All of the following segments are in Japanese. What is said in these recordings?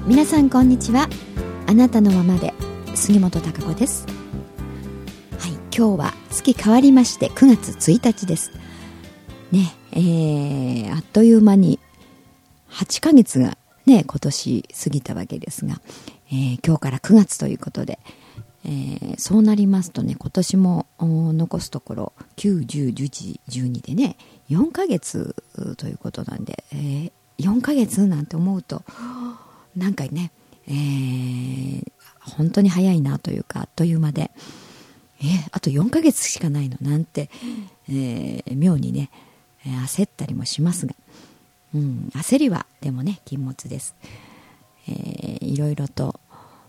皆さんこんにちは。あなたのままで杉本孝子です。はい、今日は月変わりまして9月1日ですね。あっという間に8ヶ月がね今年過ぎたわけですが、今日から9月ということで、そうなりますとね、今年も残すところ9、10、11、12でね4ヶ月ということなんで、4ヶ月なんて思うとなんかね、本当に早いなというか、あっという間で、あと4ヶ月しかないのなんて、妙にね焦ったりもしますが、焦りはでもね禁物です。いろいろと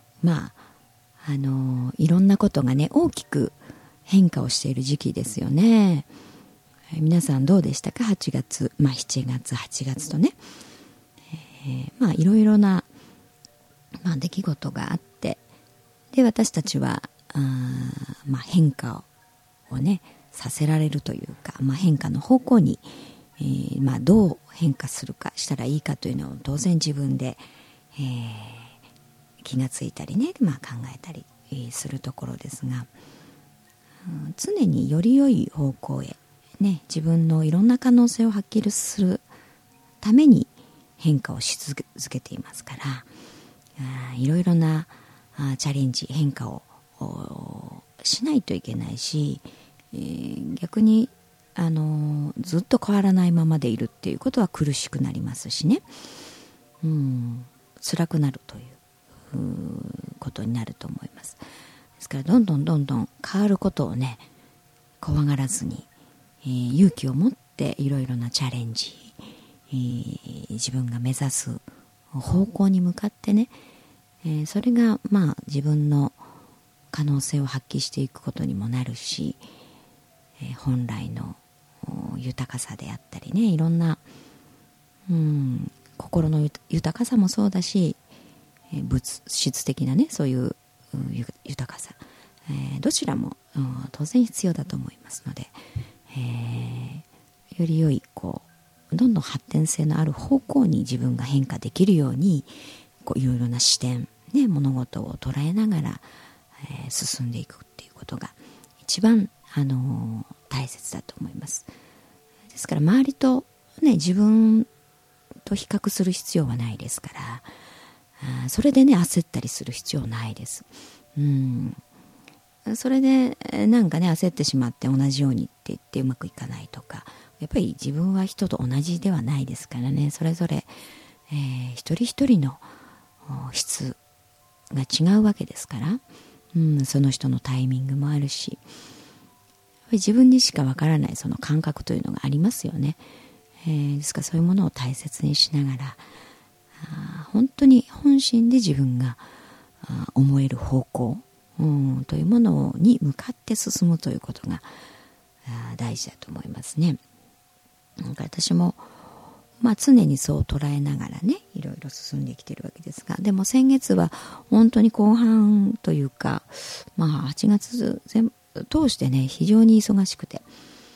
いろんなことがね大きく変化をしている時期ですよね。皆さんどうでしたか？8月、7月、8月とね、いろいろな、出来事があって、で私たちは変化をねさせられるというか、変化の方向に、どう変化するかしたらいいかというのを当然自分で、気がついたりね、考えたりするところですが、常により良い方向へね、自分のいろんな可能性を発揮するために変化をし続けていますから、いろいろなチャレンジ変化をしないといけないし、逆にずっと変わらないままでいるっていうことは苦しくなりますしね、辛くなるということになると思います。ですからどんどん変わることをね怖がらずに、勇気を持っていろいろなチャレンジ、自分が目指す方向に向かってね、それが自分の可能性を発揮していくことにもなるし、本来の豊かさであったりね、いろんな、心の豊かさもそうだし、物質的なねそういう豊かさ、どちらも当然必要だと思いますので、より良いどんどん発展性のある方向に自分が変化できるようにいろいろな視点、物事を捉えながら、進んでいくっていうことが一番、大切だと思います。ですから周りと、自分と比較する必要はないですから、それでね焦ったりする必要ないです。それで焦ってしまって同じようにって言ってうまくいかないとか、やっぱり自分は人と同じではないですからね、それぞれ、一人一人の質が違うわけですから、その人のタイミングもあるし、自分にしかわからないその感覚というのがありますよね。ですからそういうものを大切にしながら、本当に本心で自分が思える方向、というものに向かって進むということが大事だと思いますね。私も常にそう捉えながらねいろいろ進んできているわけですが、でも先月は本当に後半というか、8月通してね非常に忙しくて、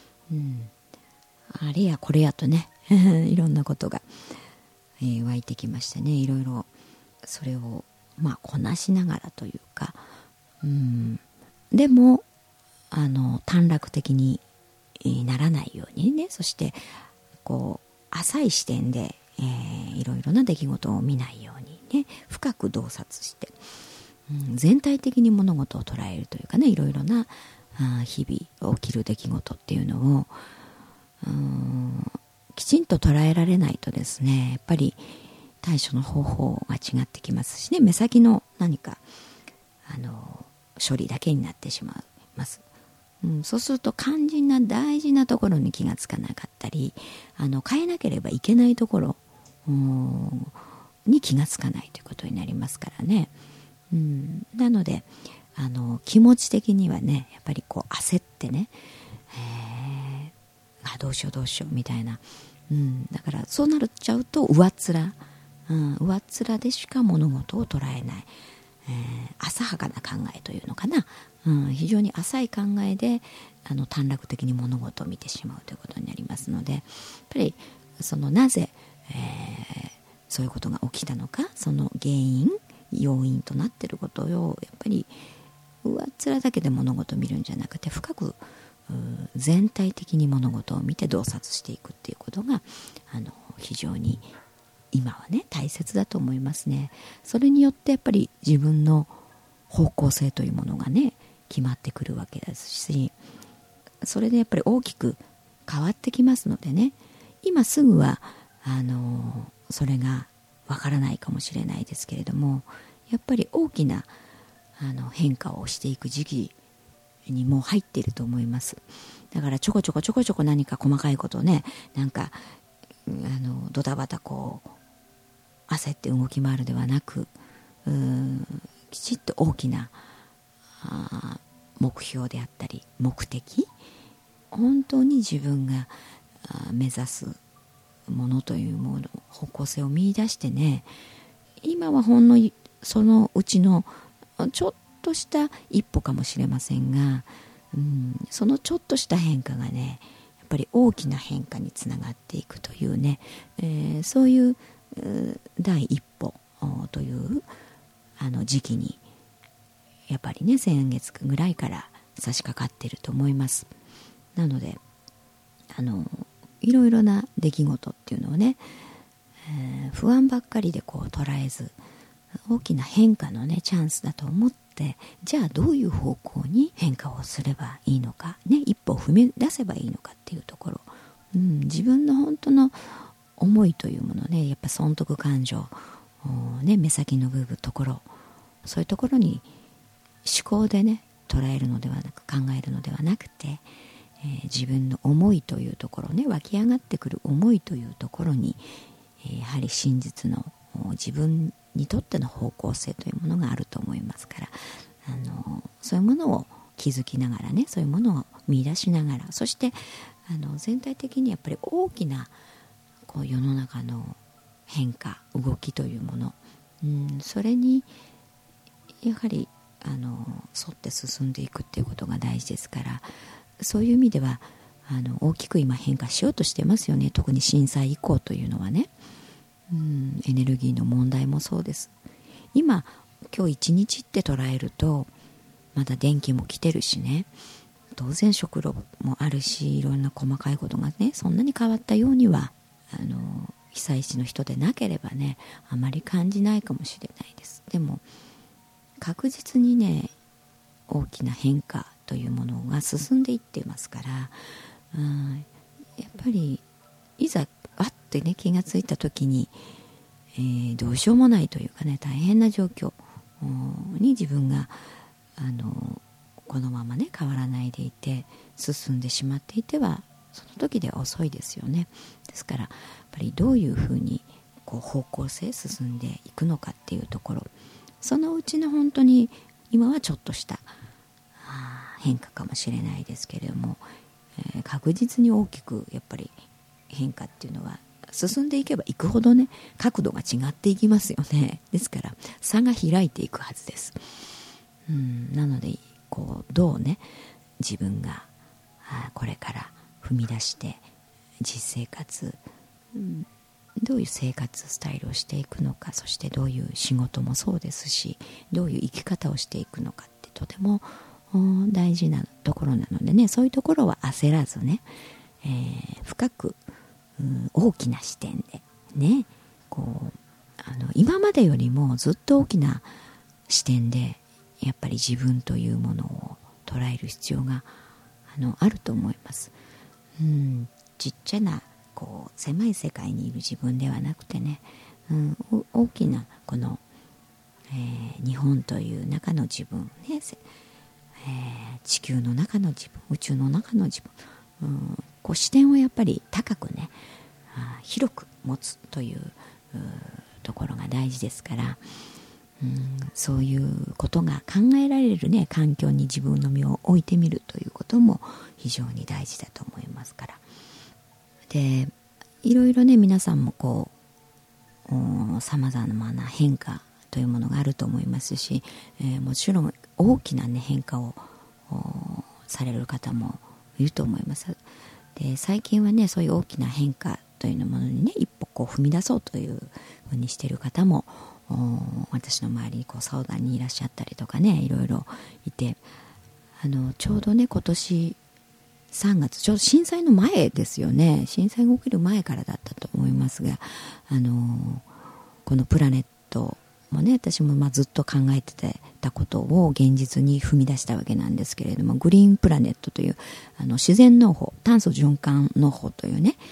あれやこれやとねいろんなことが、湧いてきましてね、いろいろそれをこなしながらというか、でも短絡的にならないようにね、そして浅い視点で、いろいろな出来事を見ないようにね深く洞察して、全体的に物事を捉えるというかね、いろいろな日々起きる出来事っていうのをきちんと捉えられないとですね、やっぱり対処の方法が違ってきますしね、目先の何か処理だけになってしまいます。そうすると肝心な大事なところに気がつかなかったり、変えなければいけないところに気がつかないということになりますからね。なので気持ち的にはねやっぱり焦ってね、どうしようみたいな、だからそうなっちゃうと上っ面でしか物事を捉えない、浅はかな考えというのかな、非常に浅い考えで短絡的に物事を見てしまうということになりますので、やっぱりなぜ、 そういうことが起きたのか、その原因要因となっていることをやっぱり上っ面だけで物事を見るんじゃなくて、深く全体的に物事を見て洞察していくっていうことが非常に今はね大切だと思いますね。それによってやっぱり自分の方向性というものがね決まってくるわけですし、それでやっぱり大きく変わってきますのでね、今すぐはそれがわからないかもしれないですけれども、やっぱり大きな変化をしていく時期にもう入っていると思います。だからちょこちょこ何か細かいことをね、なんかドタバタこう焦って動き回るではなく、きちっと大きな目標であったり目的、本当に自分が目指すものというもの、方向性を見出してね、今はほんのそのうちのちょっとした一歩かもしれませんが、そのちょっとした変化がねやっぱり大きな変化につながっていくというね、そういう第一歩という時期にやっぱりね先月ぐらいから差し掛かっていると思います。なのでいろいろな出来事っていうのをね、不安ばっかりでこう捉えず、大きな変化のねチャンスだと思って、じゃあどういう方向に変化をすればいいのかね、一歩を踏み出せばいいのかっていうところ、自分の本当の思いというものね、やっぱ損得感情ね、目先の部分ところ、そういうところに思考でね捉えるのではなく、考えるのではなくて、自分の思いというところね、湧き上がってくる思いというところに、やはり真実の自分にとっての方向性というものがあると思いますから、そういうものを気づきながらね、そういうものを見出しながら、そして全体的にやっぱり大きなこう世の中の変化動きというもの、それにやはり沿って進んでいくっていうことが大事ですから、そういう意味では大きく今変化しようとしてますよね。特に震災以降というのはね、エネルギーの問題もそうです。今日一日って捉えるとまだ電気も来てるしね、当然食料もあるし、いろんな細かいことがねそんなに変わったようには被災地の人でなければねあまり感じないかもしれないです。でも確実にね大きな変化というものが進んでいっていますから、やっぱりいざあってね気がついた時に、どうしようもないというかね、大変な状況に自分がこのままね変わらないでいて進んでしまっていては、その時では遅いですよね。ですからやっぱりどういうふうにこう方向性進んでいくのかっていうところ、そのうちの本当に今はちょっとした変化かもしれないですけれども、確実に大きくやっぱり変化っていうのは進んでいけばいくほどね角度が違っていきますよね。ですから差が開いていくはずです。なのでこうどうね自分がこれから踏み出して実生活、どういう生活スタイルをしていくのか、そしてどういう仕事もそうですし、どういう生き方をしていくのかってとても大事なところなのでね、そういうところは焦らずね、深く大きな視点でね、こう今までよりもずっと大きな視点でやっぱり自分というものを捉える必要があると思います。ちっちゃなこう狭い世界にいる自分ではなくてね、大きなこの、日本という中の自分ね、地球の中の自分、宇宙の中の自分、こう視点をやっぱり高くね広く持つというところが大事ですから、そういうことが考えられるね環境に自分の身を置いてみるということも非常に大事だと思いますから。でいろいろね皆さんもこうさまざまな変化というものがあると思いますし、もちろん大きなね変化をされる方もいると思います。で最近はねそういう大きな変化というものにね一歩こう踏み出そうというふふうにしている方も私の周りに相談にいらっしゃったりとかね、いろいろいて、ちょうどね今年3月、ちょうど震災の前ですよね。震災が起きる前からだったと思いますが、このプラネットもね、私もずっと考えてたことを現実に踏み出したわけなんですけれども、グリーンプラネットという自然農法、炭素循環農法というね、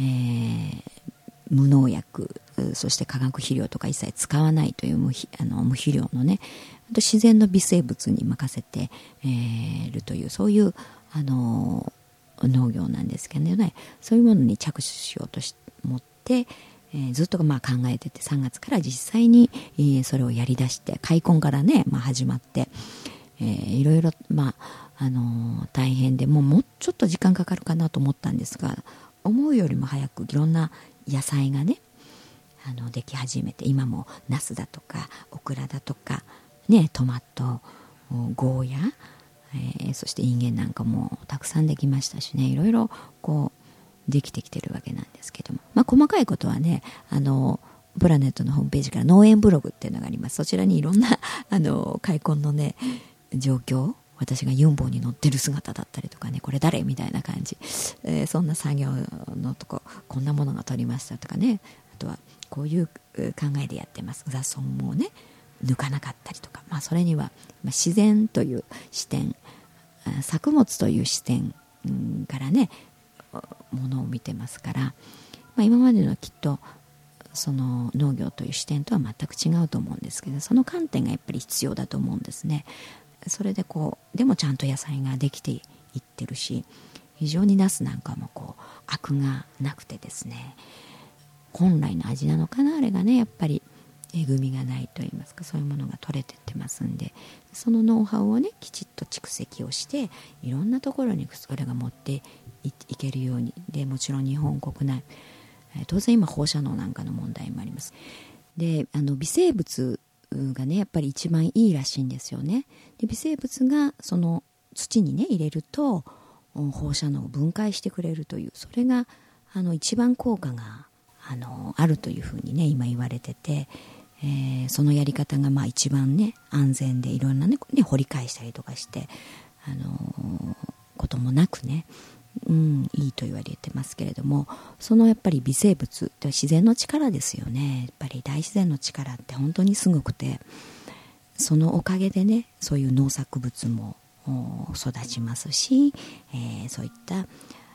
無農薬、そして化学肥料とか一切使わないという無肥料のね、自然の微生物に任せてるという、そういう農業なんですけどね、そういうものに着手しようと思って、ずっと考えてて、3月から実際に、それをやりだして、開墾からね、始まって、いろいろ、大変で、もうちょっと時間かかるかなと思ったんですが、思うよりも早くいろんな野菜がねでき始めて、今もナスだとかオクラだとか、ね、トマト、ゴーヤ、そしてインゲンなんかもたくさんできましたしね、いろいろできてきてるわけなんですけども、細かいことはね、プラネットのホームページから農園ブログっていうのがあります。そちらにいろんな開墾のね状況、私がユンボに乗ってる姿だったりとかね、これ誰みたいな感じ、そんな作業のとこ、こんなものが取りましたとかね、あとはこういう考えでやってます、雑草もね抜かなかったりとか、それには自然という視点、作物という視点からねものを見てますから、今までのきっとその農業という視点とは全く違うと思うんですけど、その観点がやっぱり必要だと思うんですね。それででもちゃんと野菜ができていってるし、非常にナスなんかもアクがなくてですね、本来の味なのかな、あれがね、やっぱりえぐみがないといいますか、そういうものが取れてってますんで、そのノウハウをねきちっと蓄積をして、いろんなところにそれが持っていけるように、でもちろん日本国内、当然今放射能なんかの問題もあります。で微生物がねやっぱり一番いいらしいんですよね。で微生物がその土にね入れると放射能を分解してくれるという、それが一番効果があるというふうにね今言われてて、そのやり方が一番ね安全で、いろんなね掘り返したりとかしてこともなくね、いいと言われてますけれども、そのやっぱり微生物って自然の力ですよね。やっぱり大自然の力って本当にすごくて、そのおかげでねそういう農作物も育ちますし、そういった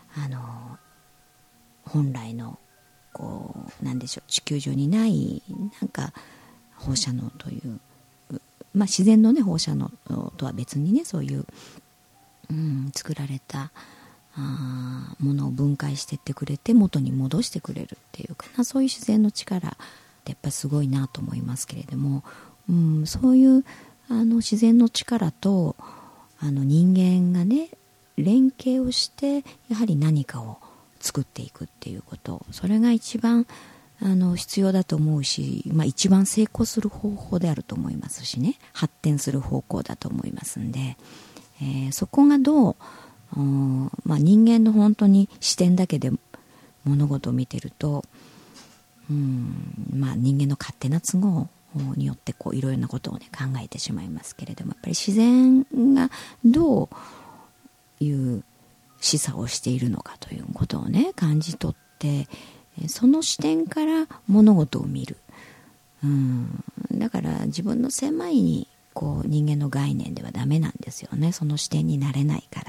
本来のなんでしょう、地球上にないなんか放射能という、自然のね放射能とは別にね、そういう、作られたものを分解していってくれて元に戻してくれるっていうかな、そういう自然の力ってやっぱすごいなと思いますけれども、そういう自然の力と人間がね連携をしてやはり何かを作っていくっていうこと、それが一番必要だと思うし、一番成功する方法であると思いますしね、発展する方向だと思いますんで、そこがどう人間の本当に視点だけで物事を見てると、人間の勝手な都合によっていろいろなことをね考えてしまいますけれども、やっぱり自然がどういう示唆をしているのかということをね感じ取って、その視点から物事を見る。だから自分の狭い人間の概念ではダメなんですよね。その視点になれないから。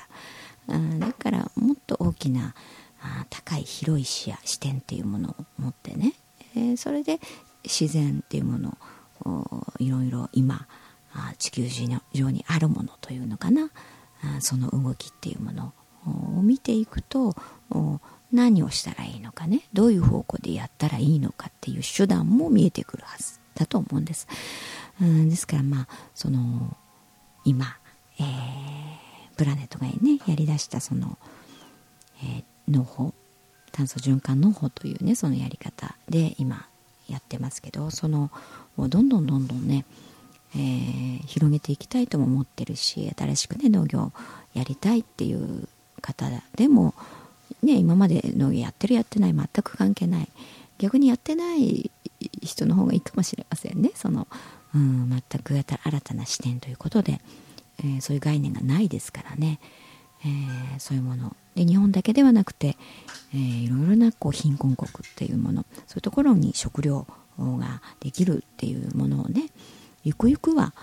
だからもっと大きな高い広い視点っていうものを持ってね、それで自然っていうものをいろいろ今地球上にあるものというのかな、その動きっていうものを見ていくと、何をしたらいいのかね、どういう方向でやったらいいのかっていう手段も見えてくるはずだと思うんです。ですからその今、プラネットがねやりだしたその、農法、炭素循環農法というねそのやり方で今やってますけど、そのどんどんね、広げていきたいとも思ってるし、新しくね農業やりたいっていう方でもね、今まで農業やってるやってない全く関係ない、逆にやってない人の方がいいかもしれませんね。全く新たな視点ということで、そういう概念がないですからね、そういうもので日本だけではなくて、いろいろな貧困国っていうもの、そういうところに食料ができるっていうものをね、ゆくゆくは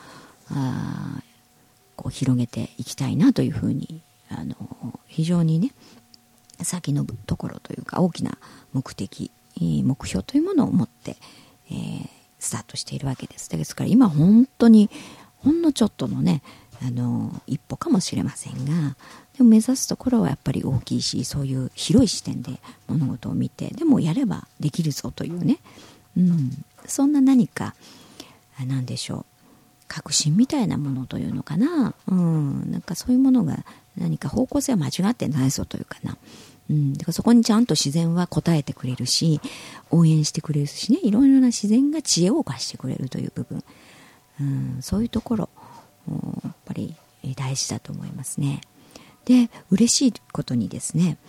広げていきたいなというふうに非常にね先のところというか大きな目的目標というものを持って、スタートしているわけです。ですから今本当にほんのちょっとのね一歩かもしれませんが、でも目指すところはやっぱり大きいし、そういう広い視点で物事を見て、でもやればできるぞというね、そんな何かなんでしょう、確信みたいなものというのかな、なんかそういうものが何か方向性は間違ってないぞというかな、だからそこにちゃんと自然は応えてくれるし、応援してくれるしね、いろいろな自然が知恵を貸してくれるという部分、そういうところやっぱり大事だと思いますね。で、嬉しいことにですね、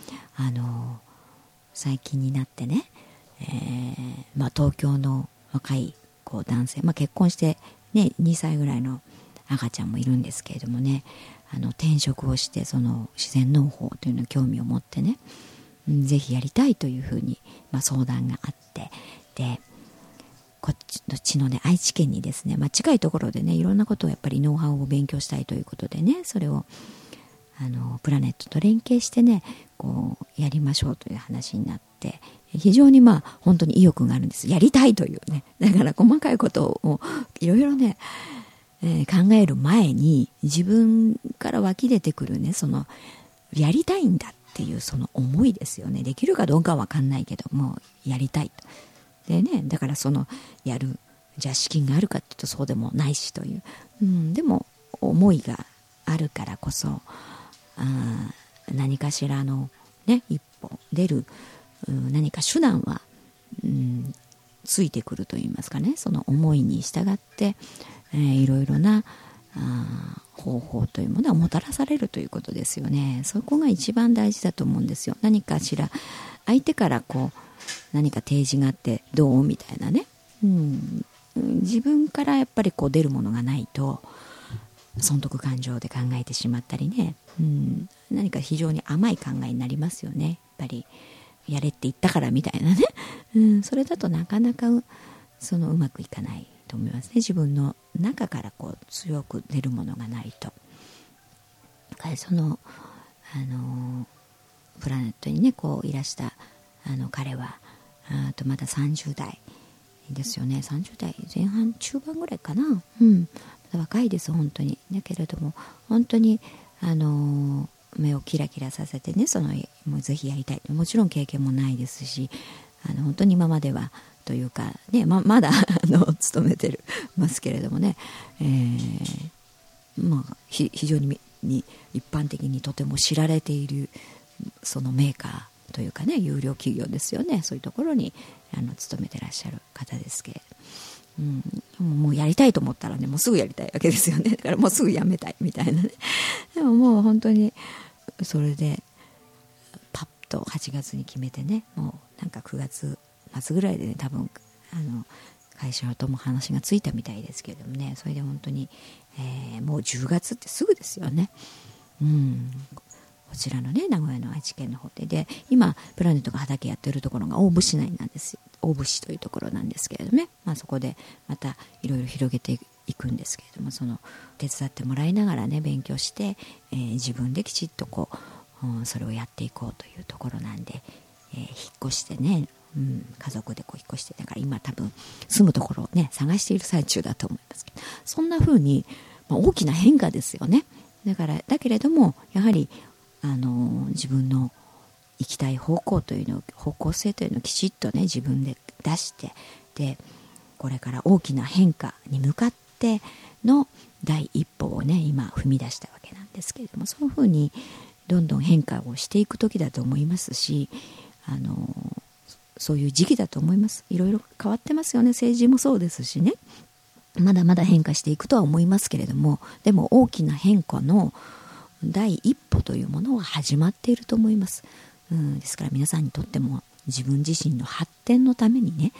最近になってね、東京の若い男性、結婚して、ね、2歳ぐらいの赤ちゃんもいるんですけれどもね、転職をしてその自然農法というのに興味を持ってね、ぜひやりたいというふうに、相談があって、でこっちのね愛知県にですね、近いところでねいろんなことをやっぱりノウハウを勉強したいということでね、それをプラネットと連携してねやりましょうという話になって、非常に本当に意欲があるんです。やりたいというね、だから細かいことをいろいろね、考える前に自分から湧き出てくるね、やりたいんだっていうその思いですよね。できるかどうかは分かんないけどもやりたいと。でね、だからやるじゃあ資金があるかっていうとそうでもないしという、でも思いがあるからこそ何かしらのね一歩出る何か手段は、ついてくるといいますかね、その思いに従って、いろいろな方法というものはもたらされるということですよね。そこが一番大事だと思うんですよ。何かしら相手から何か提示があってどうみたいなね、自分からやっぱり出るものがないと損得感情で考えてしまったりね、何か非常に甘い考えになりますよね。やっぱりやれって言ったからみたいなね、それだとなかなかうまくいかないと思いますね。自分の中から強く出るものがないと。だからプラネットにねいらした彼はまだ30代ですよね。30代前半中盤ぐらいかな、まだ若いです本当に。だけれども本当に目をキラキラさせてね、もうぜひやりたい、もちろん経験もないですし、本当に今まではというかね、まだ勤めてますけれどもね、非常に一般的にとても知られているそのメーカーというかね、有料企業ですよね。そういうところに勤めてらっしゃる方ですけれど、もうやりたいと思ったらねもうすぐやりたいわけですよね。だからもうすぐやめたいみたいなね。でももう本当にそれでパッと8月に決めてね、もうなんか9月末ぐらいでね多分会社とも話がついたみたいですけれどもね、それで本当に、もう10月ってすぐですよね。こちらのね名古屋の愛知県の方で今プラネットが畑やってるところが大府市内なんですよ。大府市というところなんですけれどね、そこでまたいろいろ広げていくんですけれども、手伝ってもらいながらね勉強して、自分できちっとそれをやっていこうというところなんで、引っ越してね、家族で引っ越して、だから今多分住むところをね探している最中だと思いますけど、そんな風に、大きな変化ですよね。だけれどもやはり自分の行きたい方向性というのをきちっとね自分で出して、でこれから大きな変化に向かっての第一歩をね今踏み出したわけなんですけれども、そういうふうにどんどん変化をしていく時だと思いますし、そういう時期だと思います。いろいろ変わってますよね。政治もそうですしね、まだまだ変化していくとは思いますけれども、でも大きな変化の第一歩というものは始まっていると思います。ですから皆さんにとっても自分自身の発展のためにね、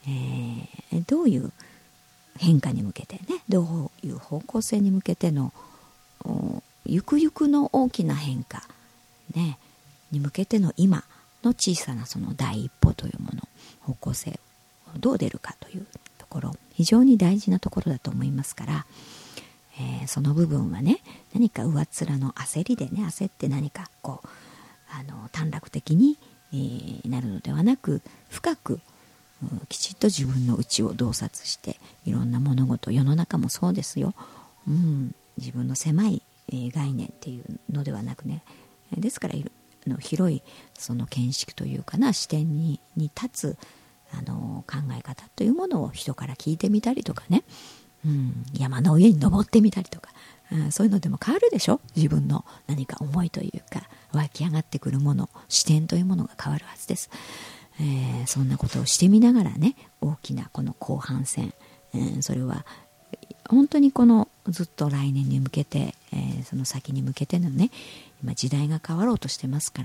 どういう変化に向けてね、どういう方向性に向けてのゆくゆくの大きな変化、ね、に向けての今の小さなその第一歩というもの、方向性をどう出るかというところ、非常に大事なところだと思いますから、その部分はね、何か上っ面の焦りでね、焦って何かこう短絡的に、なるのではなく、深くきちっと自分の内を洞察して、いろんな物事、世の中もそうですよ、自分の狭い概念っていうのではなくね、ですから広いその見識というかな、視点に立つ考え方というものを人から聞いてみたりとかね、山の上に登ってみたりとか、そういうのでも変わるでしょ。自分の何か思いというか、湧き上がってくるもの、視点というものが変わるはずです。そんなことをしてみながらね、大きなこの後半戦、それは本当にこのずっと来年に向けて、その先に向けてのね、今時代が変わろうとしてますから、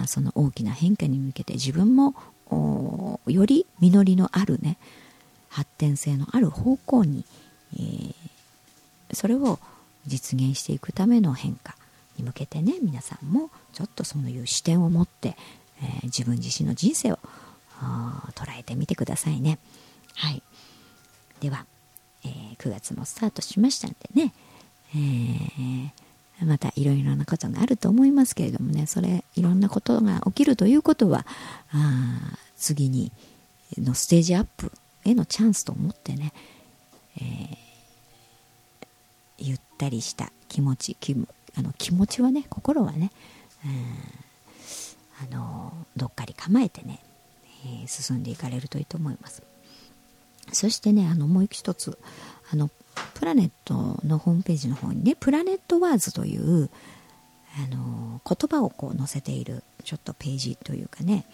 その大きな変化に向けて自分もより実りのあるね、発展性のある方向に、それを実現していくための変化に向けてね、皆さんもちょっとそういう視点を持って、自分自身の人生を捉えてみてくださいね。はい。では、9月もスタートしましたんでね、またいろいろなことがあると思いますけれどもね、それいろんなことが起きるということは、次にのステージアップへのチャンスと思ってね、ゆったりした気持ちはね、心はね、どっかり構えてね、進んでいかれるといいと思います。そしてね、もう一つプラネットのホームページの方にね、プラネットワーズという言葉をこう載せているちょっとページというかね、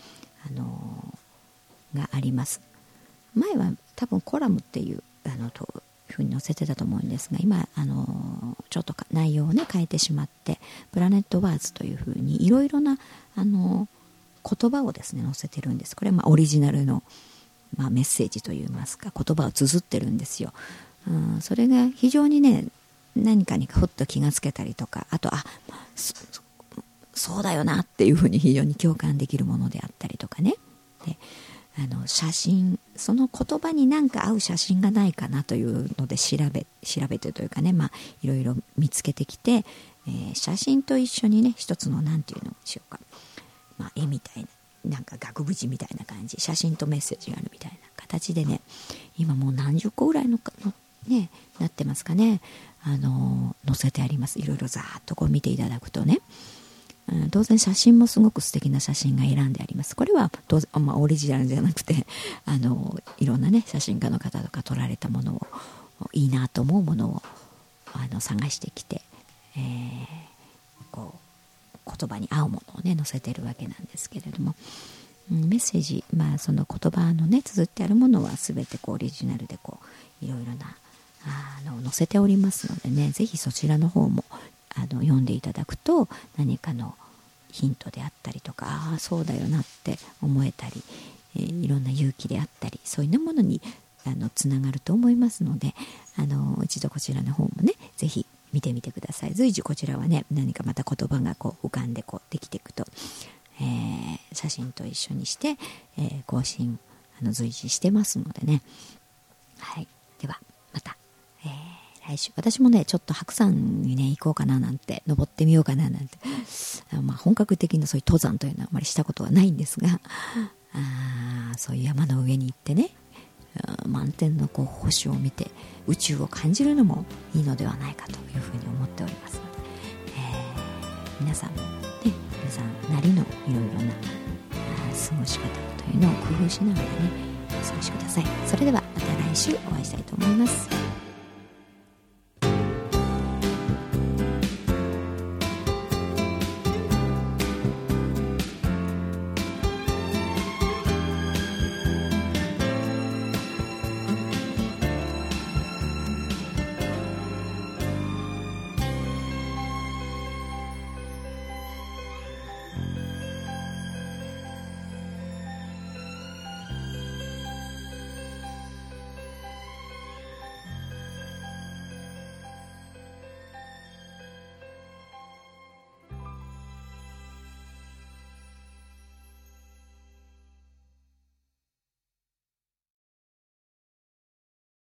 があります。前は多分コラムっていうふうに載せてたと思うんですが、今ちょっと内容をね変えてしまって、プラネットワーズというふうにいろいろな言葉をですね載せてるんです。これはオリジナルの、メッセージといいますか、言葉を綴ってるんですよ。それが非常にね、何かにふっと気がつけたりとか、あとそうだよなっていうふうに非常に共感できるものであったりとかね。で、写真、その言葉に何か合う写真がないかなというので調べてというかね、いろいろ見つけてきて、写真と一緒にね、一つのなんていうのでしょうか、絵みたいな、なんか額縁みたいな感じ、写真とメッセージがあるみたいな形でね、今もう何十個ぐらいのね、なってますかね、載せてあります。いろいろざーっとこう見ていただくとね、当然写真もすごく素敵な写真が選んであります。これは当然、オリジナルじゃなくていろんなね写真家の方とか撮られたものを、いいなと思うものを探してきて、こう言葉に合うものをね載せてるわけなんですけれども、メッセージ、その言葉のね綴ってあるものは全てこうオリジナルでこういろいろな載せておりますのでね、ぜひそちらの方も読んでいただくと、何かのヒントであったりとか、そうだよなって思えたり、いろんな勇気であったり、そういうものにつながると思いますので、一度こちらの方もねぜひ見てみてください。随時こちらはね、何かまた言葉がこう浮かんでこうできていくと、写真と一緒にして、更新随時してますのでね。はい、ではまた、来週、私もねちょっと白山にね行こうかななんて、登ってみようかななんて、本格的なそういう登山というのはあまりしたことはないんですが、そういう山の上に行ってね、満天のこう星を見て宇宙を感じるのもいいのではないかというふうに思っておりますので、皆さんもね、皆さんなりのいろいろな過ごし方というのを工夫しながらねお過ごしください。それではまた来週お会いしたいと思います。